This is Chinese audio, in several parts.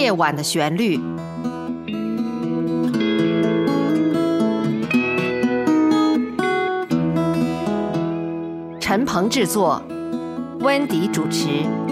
夜晚的旋律。陈鹏制作，温迪主持。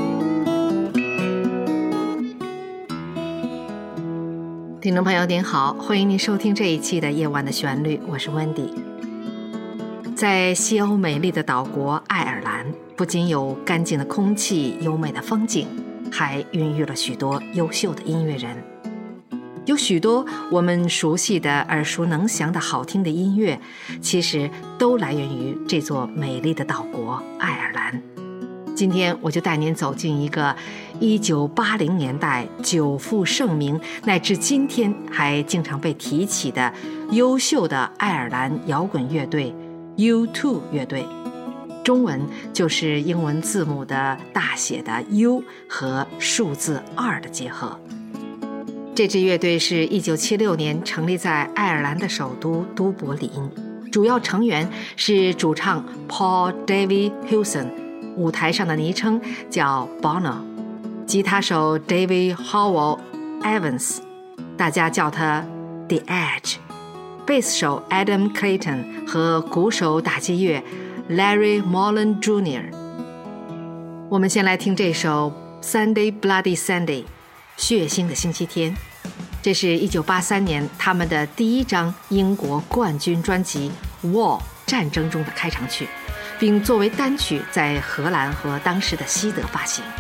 听众朋友您好，欢迎您收听这一期的夜晚的旋律，我是温迪。在西欧美丽的岛国爱尔兰，不仅有干净的空气、优美的风景，还孕育了许多优秀的音乐人。有许多我们熟悉的、耳熟能详的好听的音乐，其实都来源于这座美丽的岛国爱尔兰。今天我就带您走进一个1980年代久负盛名，乃至今天还经常被提起的优秀的爱尔兰摇滚乐队 U2 乐队，中文就是英文字母的大写的 U 和数字2的结合。这支乐队是1976年成立在爱尔兰的首都都柏林，主要成员是主唱 Paul David Hewson， 舞台上的昵称叫 Bono， 吉他手 David Howell Evans， 大家叫他 The Edge， 贝斯手 Adam Clayton 和鼓手打击乐 Larry Mullen Jr。 我们先来听这首 Sunday Bloody Sunday， 血腥的星期天。这是1983年他们的第一张英国冠军专辑 War 战争中的开场曲，并作为单曲在荷兰和当时的西德发行。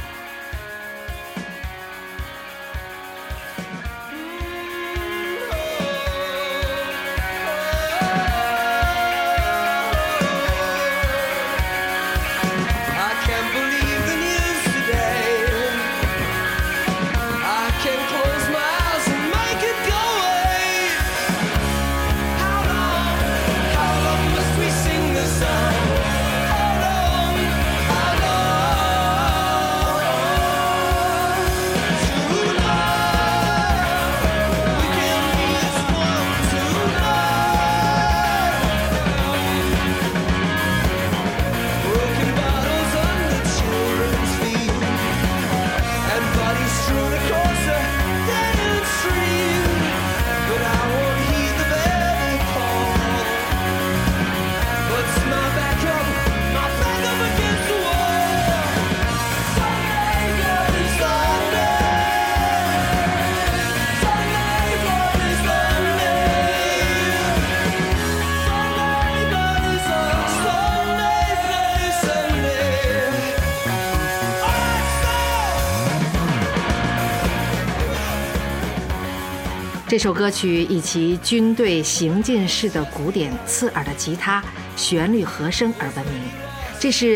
这首歌曲以其军队行进式的鼓点、刺耳的吉他、旋律和声而闻名，这是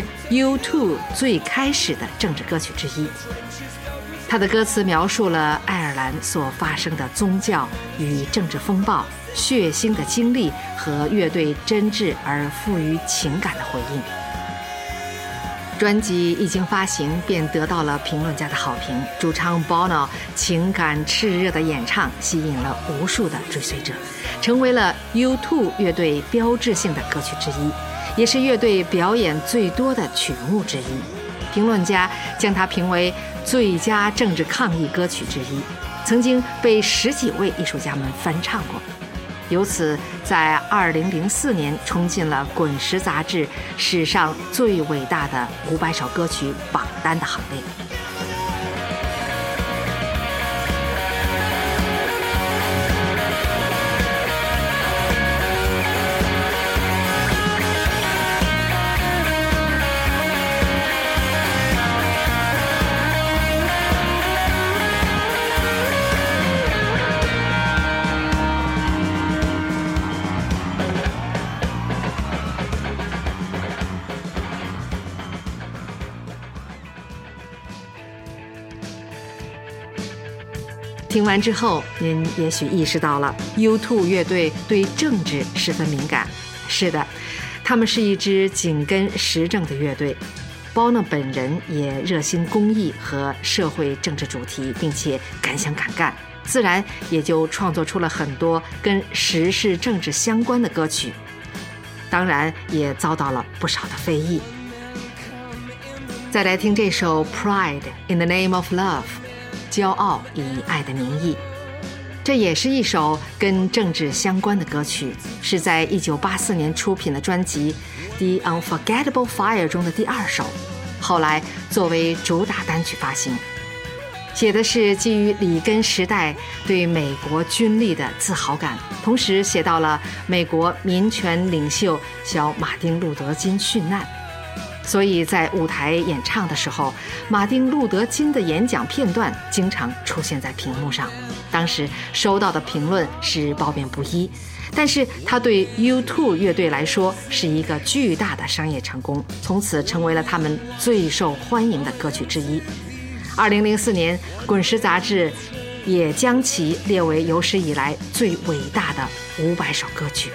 U2 最开始的政治歌曲之一。它的歌词描述了爱尔兰所发生的宗教与政治风暴、血腥的经历和乐队真挚而富于情感的回应。专辑一经发行便得到了评论家的好评，主唱 Bono 情感炽热的演唱吸引了无数的追随者，成为了 U2 乐队标志性的歌曲之一，也是乐队表演最多的曲目之一。评论家将它评为最佳政治抗议歌曲之一，曾经被10几位艺术家们翻唱过。由此在2004年冲进了《滚石》杂志史上最伟大的500首歌曲榜单的行列。听完之后，您也许意识到了 U2 乐队对政治十分敏感。是的，他们是一支紧跟时政的乐队。Bono 本人也热心公益和社会政治主题，并且敢想敢干，自然也就创作出了很多跟时事政治相关的歌曲，当然也遭到了不少的非议。再来听这首 Pride in the Name of Love， 骄傲以爱的名义。这也是一首跟政治相关的歌曲，是在1984年出品的专辑《The Unforgettable Fire》中的第2首，后来作为主打单曲发行。写的是基于里根时代对美国军力的自豪感，同时写到了美国民权领袖小马丁·路德·金殉难。所以在舞台演唱的时候，马丁·路德·金的演讲片段经常出现在屏幕上。当时收到的评论是褒贬不一，但是他对 U2 乐队来说是一个巨大的商业成功，从此成为了他们最受欢迎的歌曲之一。2004年，《滚石》杂志也将其列为有史以来最伟大的500首歌曲。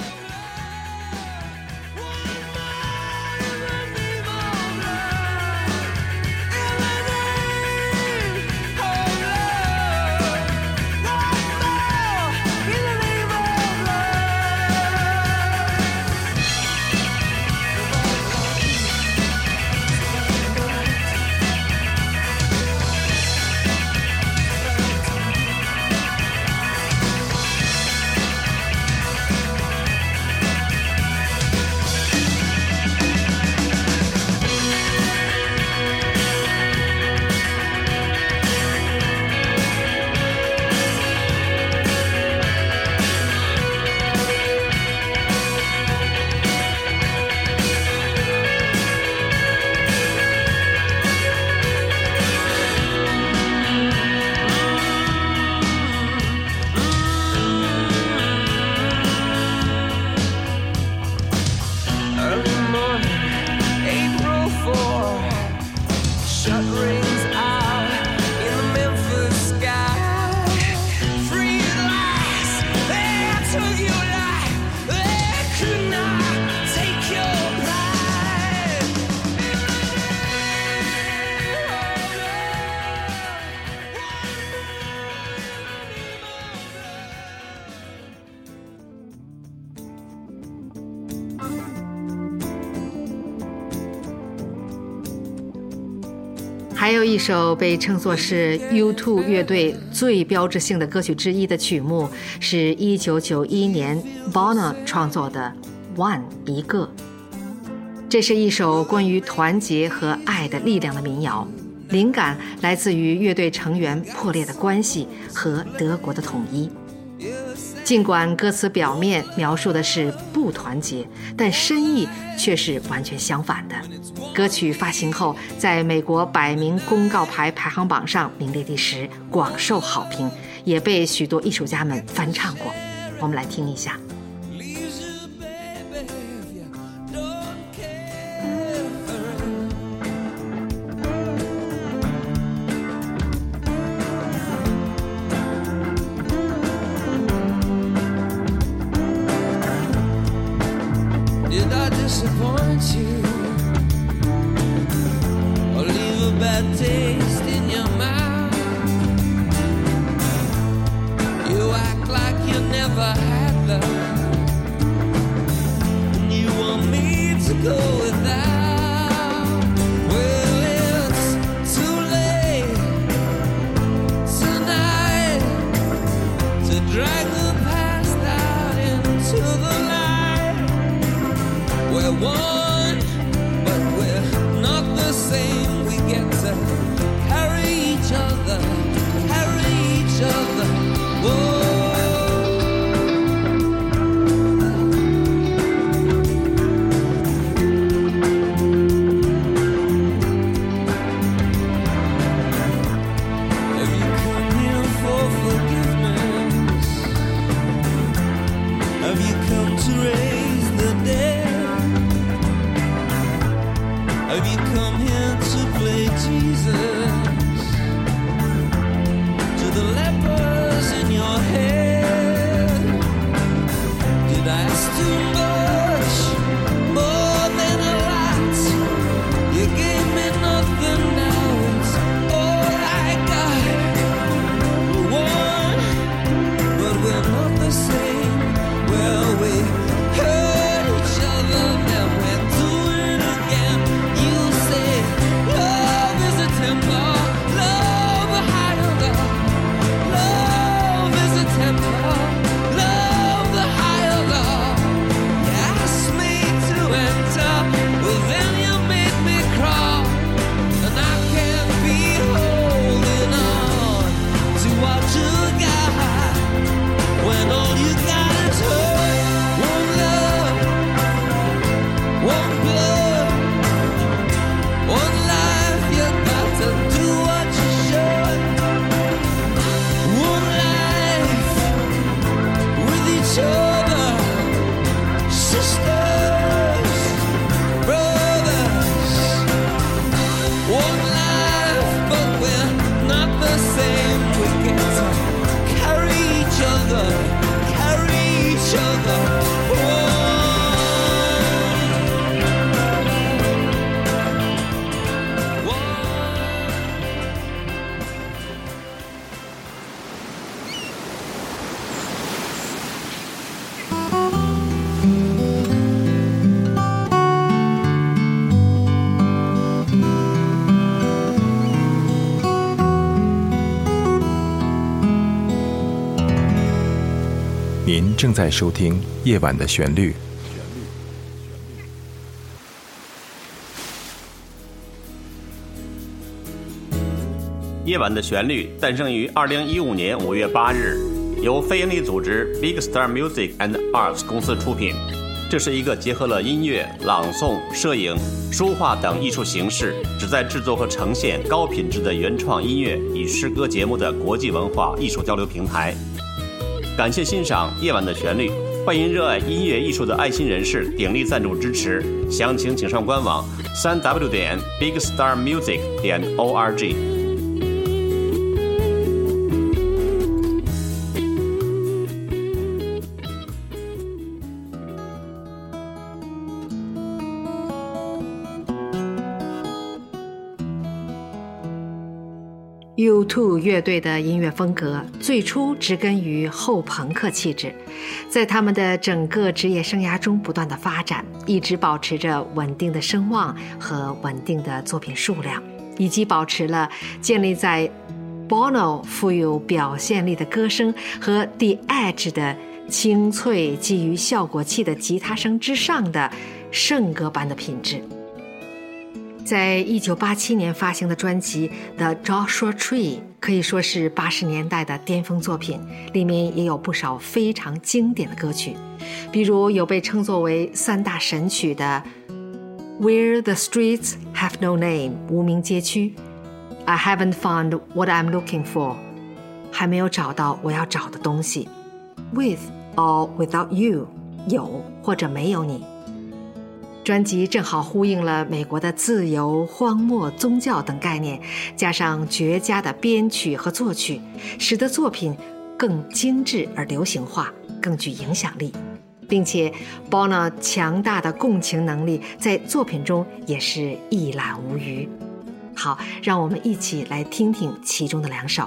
还有一首被称作是 U2 乐队最标志性的歌曲之一的曲目，是1991年 Bono 创作的《One》一个。这是一首关于团结和爱的力量的民谣，灵感来自于乐队成员破裂的关系和德国的统一。尽管歌词表面描述的是不团结，但深意却是完全相反的。歌曲发行后，在美国百名公告牌排行榜上名列第10，广受好评，也被许多艺术家们翻唱过。我们来听一下。 Did I disappoint you or leave a bad taste in your mouth? You act like you never had love, and you want me to go without. Well, it's too late tonight to drag the past out into the light. We're one, but we're not the same. We get to carry each other, carry each other. Whoa. Have you come here for forgiveness? Have you come to raise the dead? Have you come here to play Jesus to the lepers in your head? Did I ask too much, more than a lot? You gave me nothing, now it's all I got. We're one, but we're not the same. Well, we hurt each other, now we're doing it again. You say love is a temper. 您正在收听《夜晚的旋律》。 夜晚的旋律诞生于2015年5月8日，由非营利组织 Big Star Music and Arts 公司出品。这是一个结合了音乐、朗诵、摄影、书画等艺术形式，旨在制作和呈现高品质的原创音乐与诗歌节目的国际文化艺术交流平台。感谢欣赏《夜晚的旋律》，欢迎热爱音乐艺术的爱心人士鼎力赞助支持，详情请上官网3w.bigstarmusic.org。 U2 乐队的音乐风格最初植根于后朋克气质，在他们的整个职业生涯中不断的发展，一直保持着稳定的声望和稳定的作品数量，以及保持了建立在 Bono 富有表现力的歌声和 The Edge 的清脆基于效果器的吉他声之上的圣歌般的品质。在1987年发行的专辑《The Joshua Tree》可以说是80年代的巅峰作品，里面也有不少非常经典的歌曲，比如有被称作为3大神曲的 Where the Streets Have No Name 无名街区， I Haven't Found What I'm Looking For 还没有找到我要找的东西， With or Without You 有或者没有你。专辑正好呼应了美国的自由、荒漠、宗教等概念，加上绝佳的编曲和作曲，使得作品更精致而流行化，更具影响力，并且 Bono 强大的共情能力在作品中也是一览无余。好，让我们一起来听听其中的2首。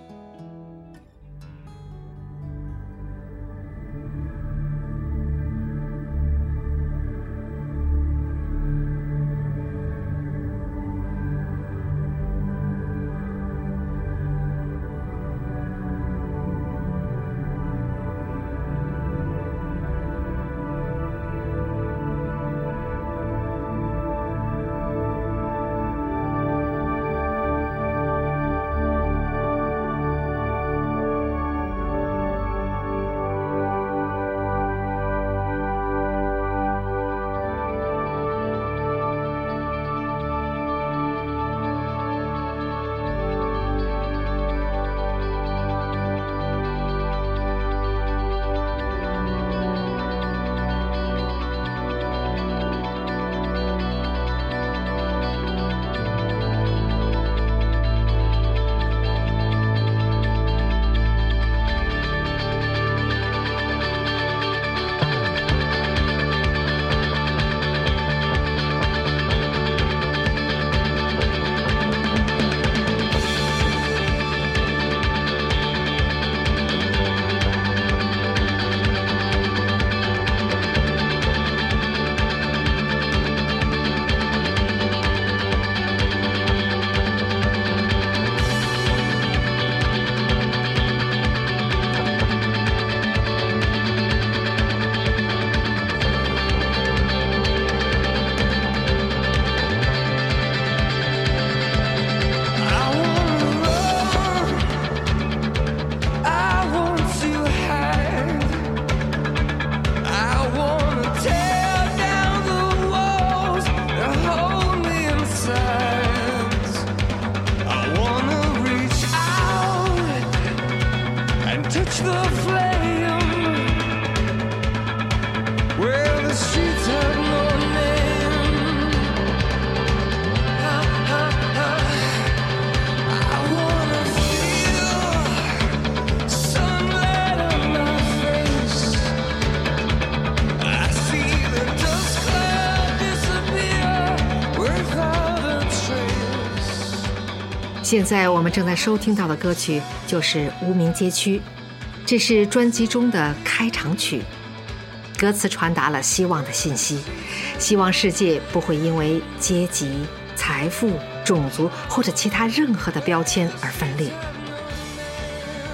现在我们正在收听到的歌曲就是《无名街区》，这是专辑中的开场曲。歌词传达了希望的信息，希望世界不会因为阶级、财富、种族或者其他任何的标签而分裂。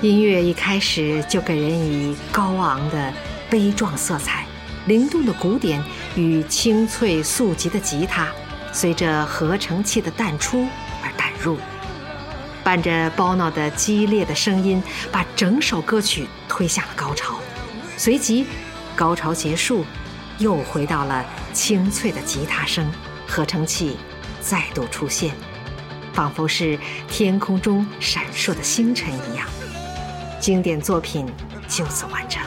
音乐一开始就给人以高昂的悲壮色彩，灵动的鼓点与清脆速急的吉他，随着合成器的淡出而淡入，伴着Bono的激烈的声音，把整首歌曲推向了高潮。随即高潮结束，又回到了清脆的吉他声，合成器再度出现，仿佛是天空中闪烁的星辰一样。经典作品就此完成。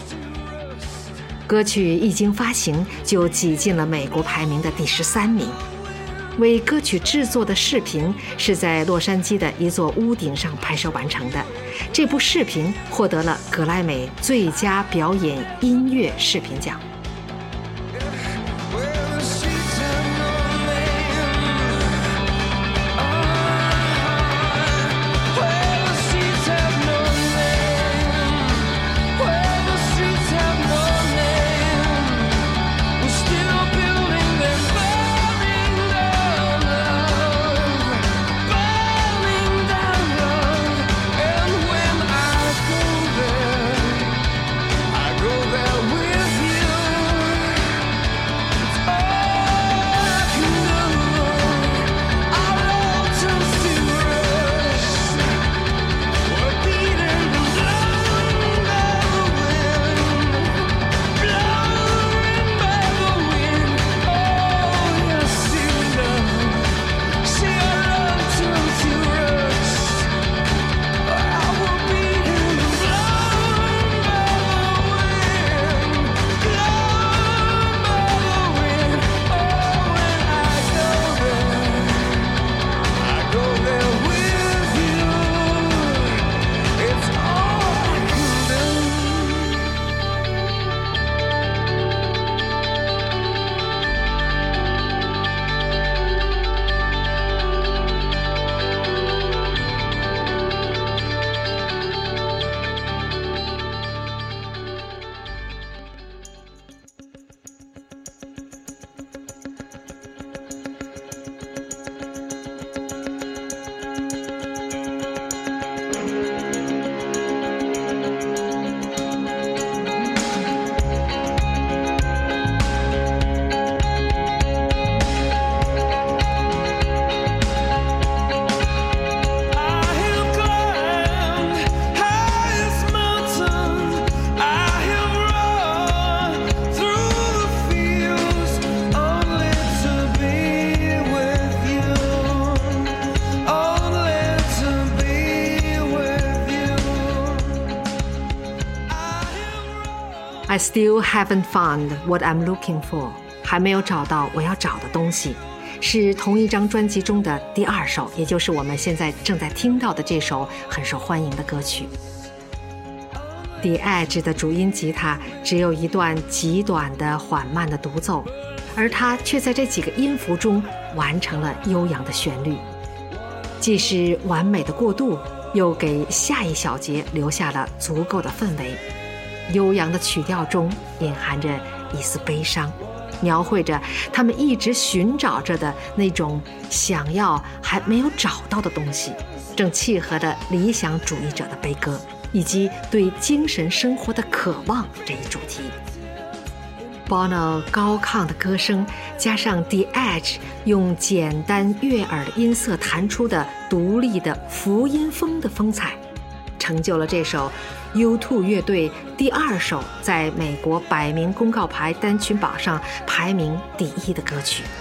歌曲一经发行就挤进了美国排名的第13名。为歌曲制作的视频是在洛杉矶的一座屋顶上拍摄完成的，这部视频获得了格莱美最佳表演音乐视频奖。I still haven't found what I'm looking for， 还没有找到我要找的东西，是同一张专辑中的第2首，也就是我们现在正在听到的这首很受欢迎的歌曲。The Edge 的主音吉他只有一段极短的缓慢的独奏，而它却在这几个音符中完成了悠扬的旋律，既是完美的过渡，又给下一小节留下了足够的氛围。悠扬的曲调中隐含着一丝悲伤，描绘着他们一直寻找着的那种想要还没有找到的东西，正契合着理想主义者的悲歌以及对精神生活的渴望这一主题。Bono 高亢的歌声加上 The Edge 用简单悦耳的音色弹出的独立的福音风的风采，成就了这首 U2 乐队第2首在美国百名公告牌单曲榜上排名第1的歌曲。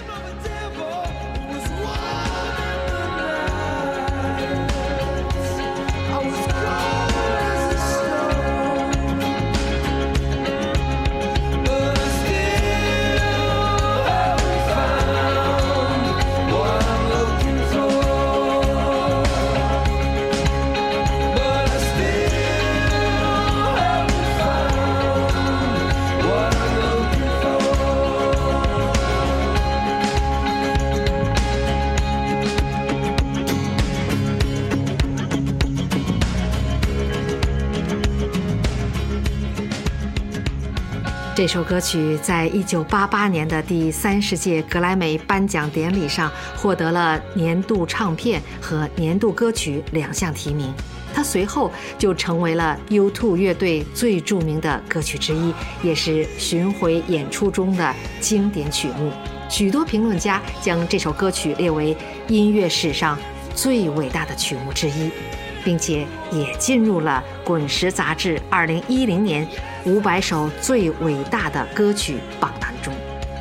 这首歌曲在1988年的第30届格莱美颁奖典礼上获得了年度唱片和年度歌曲2项提名， 它随后就成为了 U2 乐队最著名的歌曲之一，也是巡回演出中的经典曲目。许多评论家将这首歌曲列为音乐史上最伟大的曲目之一，并且也进入了《滚石》杂志2010年500首最伟大的歌曲榜单中。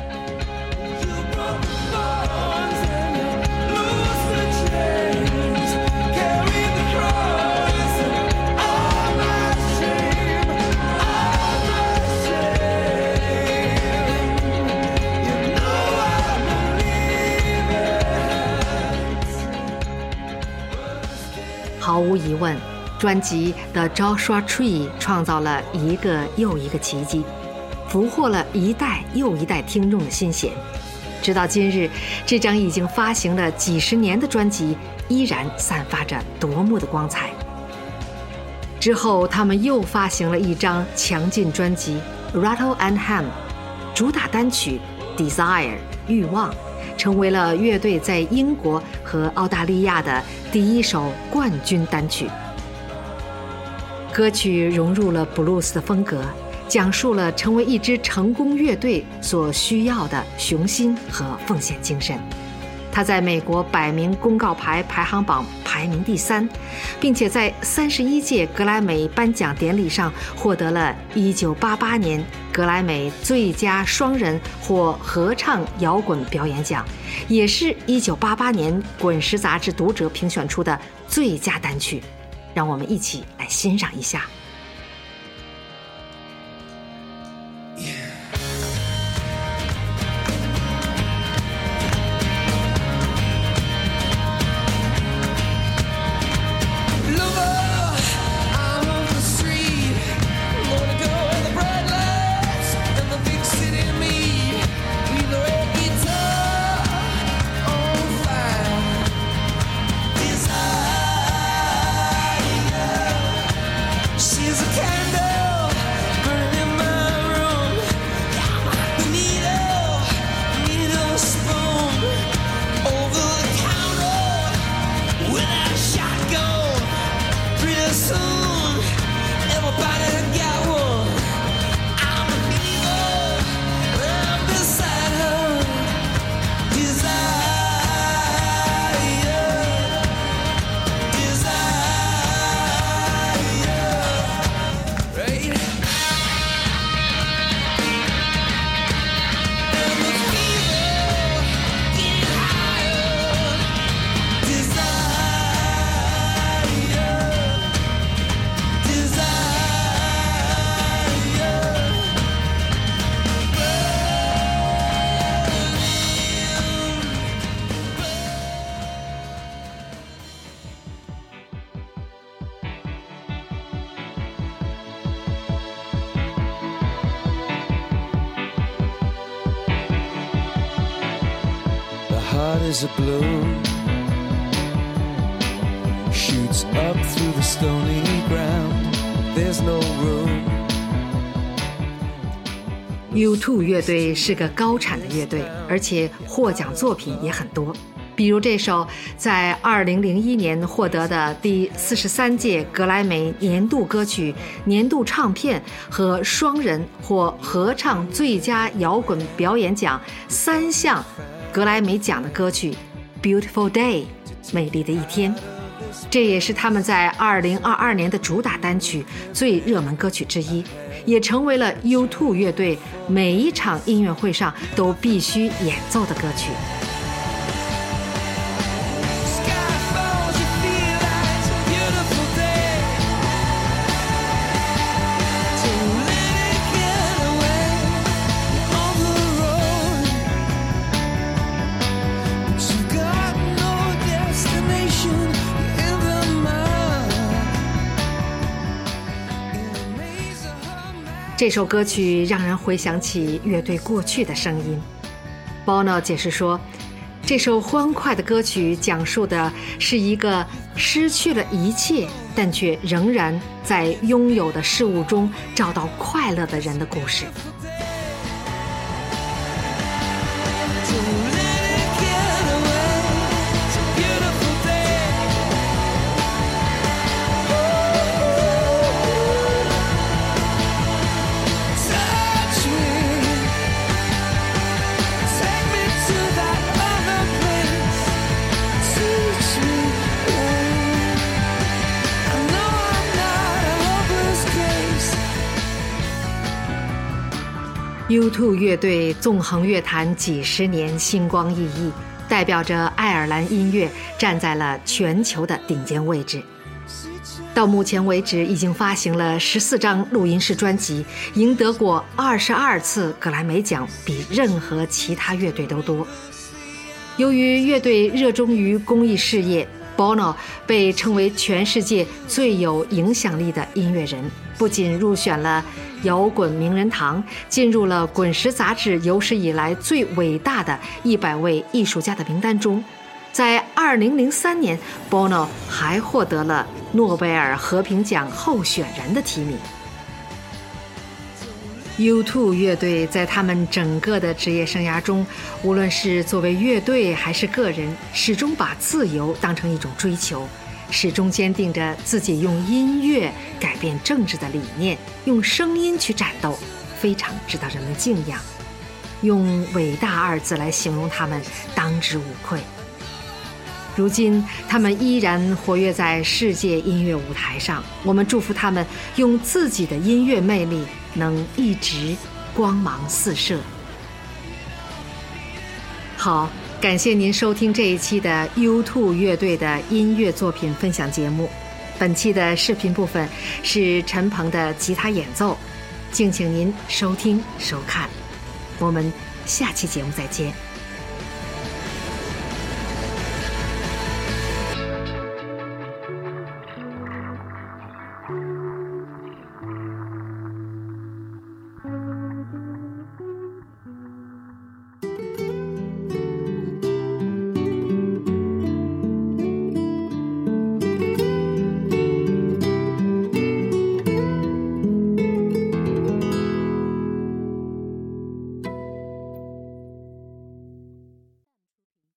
毫无疑问，专辑《The Joshua Tree》创造了一个又一个奇迹，俘获了一代又一代听众的心弦。直到今日，这张已经发行了几十年的专辑依然散发着夺目的光彩。之后，他们又发行了一张强劲专辑《Rattle and Hum》，主打单曲《Desire》欲望成为了乐队在英国和澳大利亚的第一首冠军单曲。歌曲融入了布鲁斯的风格，讲述了成为一支成功乐队所需要的雄心和奉献精神。它在美国100名公告牌排行榜排名第3，并且在31届格莱美颁奖典礼上获得了1988年格莱美最佳双人或合唱摇滚表演奖，也是1988年滚石杂志读者评选出的最佳单曲。让我们一起来欣赏一下。 Heart is a balloon, shoots up through the stony ground. There's no room. U2 乐队是个高产的乐队，而且获奖作品也很多。比如这首在2001年获得的第43届格莱美年度歌曲、年度唱片和双人或合唱最佳摇滚表演奖3项格莱美奖的歌曲 Beautiful Day 美丽的一天，这也是他们在2022年的主打单曲、最热门歌曲之一，也成为了 U2 乐队每一场音乐会上都必须演奏的歌曲。这首歌曲让人回想起乐队过去的声音。Bono 解释说，这首欢快的歌曲讲述的是一个失去了一切，但却仍然在拥有的事物中找到快乐的人的故事。 U2 乐队纵横乐坛几十年，星光熠熠，代表着爱尔兰音乐站在了全球的顶尖位置。到目前为止，已经发行了14张录音室专辑，赢得过22次格莱美奖，比任何其他乐队都多。由于乐队热衷于公益事业， Bono 被称为全世界最有影响力的音乐人，不仅入选了摇滚名人堂，进入了《滚石》杂志有史以来最伟大的100位艺术家的名单中。在2003年 Bono 还获得了诺贝尔和平奖候选人的提名。U2 乐队在他们整个的职业生涯中，无论是作为乐队还是个人，始终把自由当成一种追求，始终坚定着自己用音乐改变政治的理念，用声音去战斗，非常值得人们敬仰。用伟大2字来形容他们，当之无愧。如今他们依然活跃在世界音乐舞台上，我们祝福他们用自己的音乐魅力能一直光芒四射。好，感谢您收听这一期的 U2 乐队的音乐作品分享节目。本期的视频部分是陈鹏的吉他演奏，敬请您收听收看。我们下期节目再见。